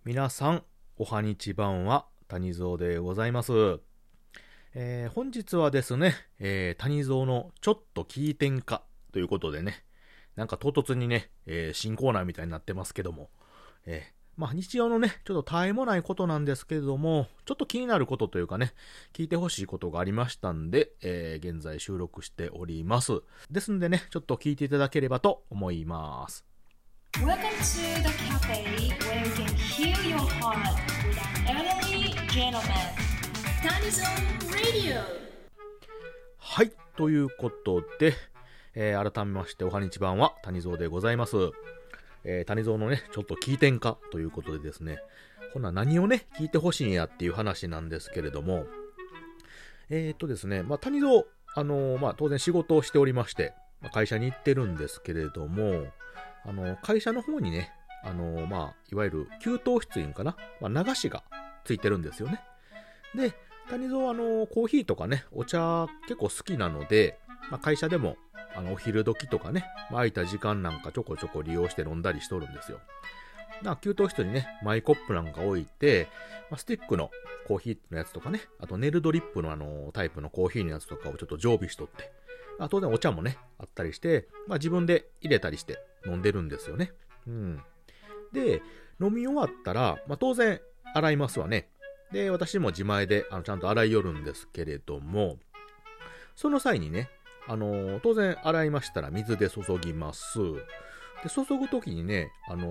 皆さん、おはにちばんは、谷蔵でございます。本日はですね、谷蔵のちょっと聞いてんかということでね、なんか唐突にね、新コーナーみたいになってますけども、日常のね、ちょっと絶えもないことなんですけれども、ちょっと気になることというかね、聞いてほしいことがありましたんで、現在収録しております。ですんでね、ちょっと聞いていただければと思います。 Welcome to the cafe where you can heal your heart with an elderly gentleman. Tanizon Radio. はい、ということで、改めましておはにちばんは谷蔵でございます。谷蔵のね、ちょっと聞いてんかということでですね、ほな何をね、聞いてほしいんやっていう話なんですけれども、ですね、谷蔵、当然仕事をしておりまして、会社に行ってるんですけれども、会社の方にね、いわゆる給湯室いうんかな、流しがついてるんですよね。で、谷蔵はコーヒーとかね、お茶結構好きなので、会社でもお昼時とかね、空いた時間なんかちょこちょこ利用して飲んだりしとるんですよ。給湯室にね、マイコップなんか置いて、スティックのコーヒーのやつとかね、あとネルドリップのタイプのコーヒーのやつとかをちょっと常備しとって、当然お茶もね、あったりして、自分で入れたりして飲んでるんですよね。うん。で、飲み終わったら、当然洗いますわね。で、私も自前でちゃんと洗いよるんですけれども、その際にね、当然洗いましたら水で注ぎます。で、注ぐときにね、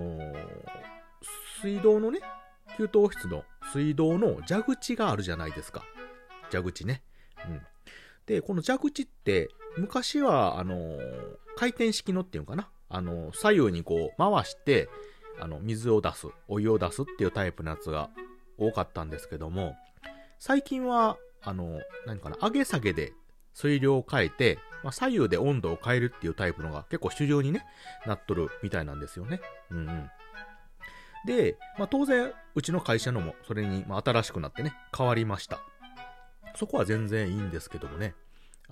水道のね、給湯室の水道の蛇口があるじゃないですか。蛇口ね。うん。で、この蛇口って、昔は、回転式のっていうのかな。左右にこう回して、水を出す、お湯を出すっていうタイプのやつが多かったんですけども、最近は、何かな、上げ下げで水量を変えて、左右で温度を変えるっていうタイプのが結構主流にね、なっとるみたいなんですよね。うんうん。で、当然、うちの会社のもそれに、新しくなってね、変わりました。そこは全然いいんですけどもね、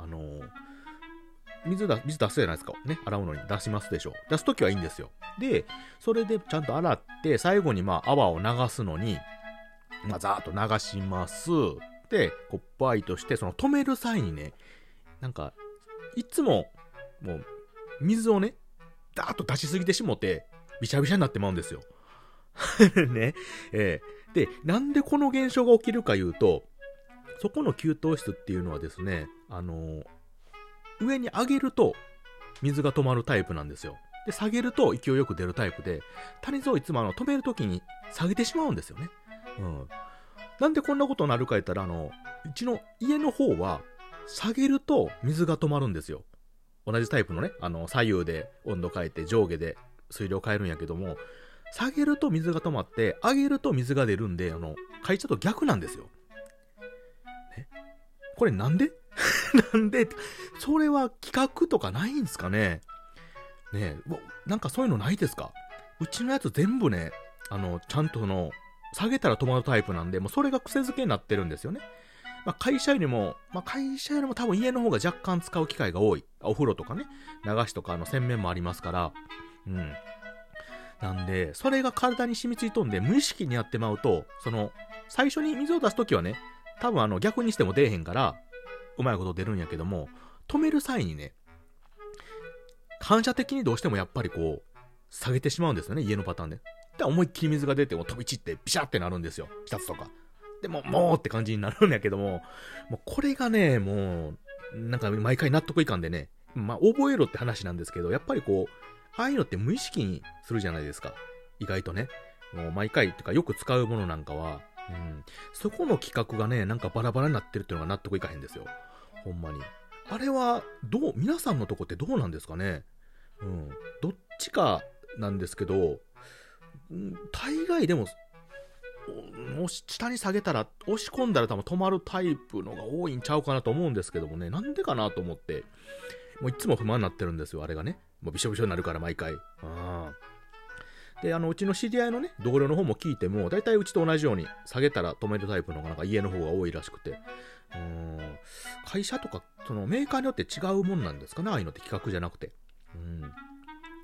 水出すじゃないですか。ね。洗うのに出しますでしょ。出すときはいいんですよ。で、それでちゃんと洗って、最後に泡を流すのに、ざーっと流します。で、コップアイとして、その止める際にね、なんか、いつも、もう、水をね、ダーッと出しすぎてしもて、びしゃびしゃになってまうんですよ。ね。で、なんでこの現象が起きるか言うと、そこの給湯室っていうのはですね、上に上げると水が止まるタイプなんですよ。で、下げると勢いよく出るタイプで、谷蔵いつも止めるときに下げてしまうんですよね。うん。なんでこんなことになるか言ったら、うちの家の方は下げると水が止まるんですよ。同じタイプのね、左右で温度変えて上下で水量変えるんやけども、下げると水が止まって、上げると水が出るんで、会社と逆なんですよ。ね。これなんでなんでそれは企画とかないんすかね。ねえ、なんかそういうのないですか？うちのやつ全部ね、ちゃんと下げたら止まるタイプなんで、もうそれが癖づけになってるんですよね。会社よりも多分家の方が若干使う機会が多い。お風呂とかね、流しとか洗面もありますから、うん。なんで、それが体に染みついとんで、無意識にやってまうと、最初に水を出すときはね、多分逆にしても出えへんから、うまいこと出るんやけども、止める際にね、反射的にどうしてもやっぱりこう、下げてしまうんですよね、家のパターンで。で、思いっきり水が出て、飛び散って、ビシャってなるんですよ、シャツとか。でもうって感じになるんやけども、もうこれがね、もう、なんか毎回納得いかんでね、覚えろって話なんですけど、やっぱりこう、ああいうのって無意識にするじゃないですか。意外とね。もう毎回、とかよく使うものなんかは、うん。そこの企画がね、なんかバラバラになってるっていうのが納得いかへんですよ。ほんまに。あれは、皆さんのとこってどうなんですかね。うん。どっちかなんですけど、大概でも、下に下げたら、押し込んだら多分止まるタイプのが多いんちゃうかなと思うんですけどもね、なんでかなと思って、もういつも不満になってるんですよ、あれがね。もうびしょびしょになるから毎回。で、うちの知り合いのね、同僚の方も聞いても、だいたいうちと同じように、下げたら止めるタイプのがなんか家の方が多いらしくて。会社とか、メーカーによって違うもんなんですかね、ああいうのって企画じゃなくて。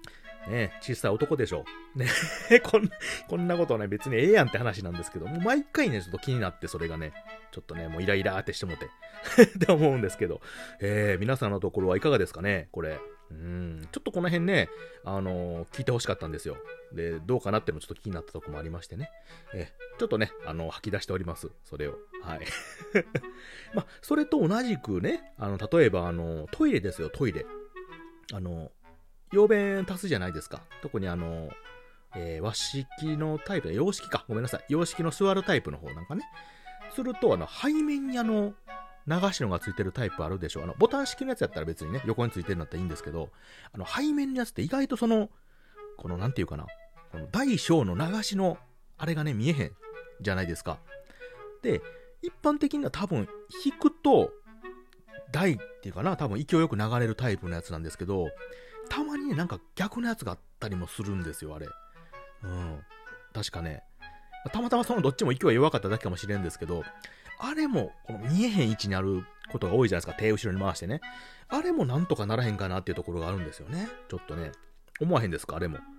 ね、小さい男でしょ。ね、こんなことはね、別にええやんって話なんですけど、もう毎回ね、ちょっと気になって、それがね、ちょっとね、もうイライラーってしてもて、って思うんですけど、皆さんのところはいかがですかね、これ。ちょっとこの辺ね、聞いてほしかったんですよ。で、どうかなっていうのちょっと気になったところもありましてね。ちょっとね、吐き出しております。それを。はい。まあ、それと同じくね、例えば、トイレですよ、トイレ。用便足すじゃないですか。特に和式のタイプ、洋式か。ごめんなさい。洋式の座るタイプの方なんかね。すると、背面に流しのがついてるタイプあるでしょ。ボタン式のやつやったら別にね、横についてるんだったらいいんですけど、背面のやつって意外とこのなんていうかな、この大小の流しの、あれがね、見えへんじゃないですか。で、一般的には多分、引くと、大っていうかな、多分勢いよく流れるタイプのやつなんですけど、たまにね、なんか逆のやつがあったりもするんですよ、あれ。確かね。たまたまそのどっちも勢い弱かっただけかもしれんですけど、あれも、この見えへん位置にあることが多いじゃないですか、手後ろに回してね。あれもなんとかならへんかなっていうところがあるんですよね。ちょっとね。思わへんですか、あれも。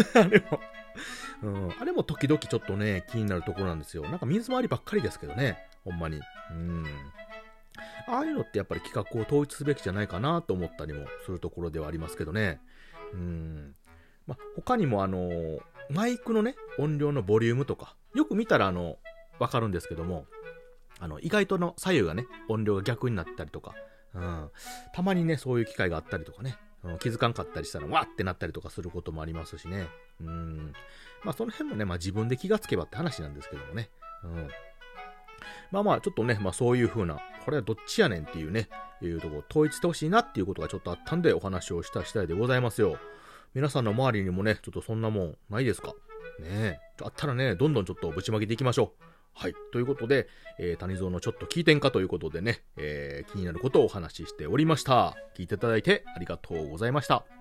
あれも時々ちょっとね、気になるところなんですよ。なんか水回りばっかりですけどね、ほんまに。ああいうのってやっぱり企画を統一すべきじゃないかなと思ったりもするところではありますけどね。まあ、他にもマイクのね、音量のボリュームとか、よく見たらわかるんですけども、意外と左右がね、音量が逆になったりとか、たまにね、そういう機会があったりとかね、気づかんかったりしたら、わーってなったりとかすることもありますしね。まあ、その辺もね、まあ自分で気がつけばって話なんですけどもね。まあ、ちょっとね、まあそういう風な、これはどっちやねんっていうね、いうところを統一してほしいなっていうことがちょっとあったんでお話をした次第でございますよ。皆さんの周りにもね、ちょっとそんなもんないですかね。あったらね、どんどんちょっとぶちまけていきましょう。はい。ということで、谷蔵のちょっと聞いてんかということでね、気になることをお話ししておりました。聞いていただいてありがとうございました。